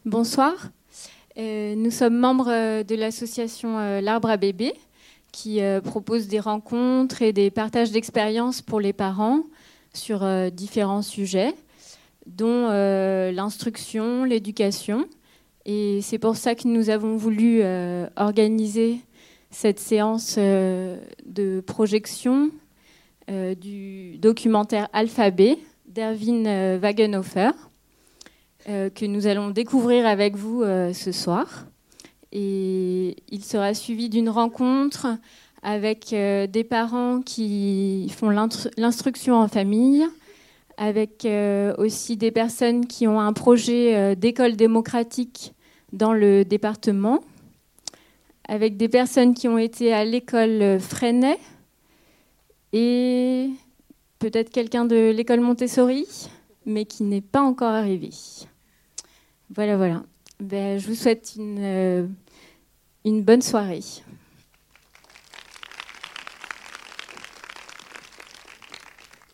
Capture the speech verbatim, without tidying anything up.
Bonsoir. Euh, nous sommes membres euh, de l'association euh, L'Arbre à bébé qui euh, propose des rencontres et des partages d'expériences pour les parents sur euh, différents sujets, dont euh, l'instruction, l'éducation. Et c'est pour ça que nous avons voulu euh, organiser cette séance euh, de projection euh, du documentaire Alphabet d'Erwin euh, Wagenhofer, euh, que nous allons découvrir avec vous euh, ce soir. Et il sera suivi d'une rencontre avec euh, des parents qui font l'instruction en famille, avec euh, aussi des personnes qui ont un projet euh, d'école démocratique dans le département, avec des personnes qui ont été à l'école Freinet et peut-être quelqu'un de l'école Montessori, mais qui n'est pas encore arrivé. Voilà, voilà. Ben, je vous souhaite une, euh, une bonne soirée.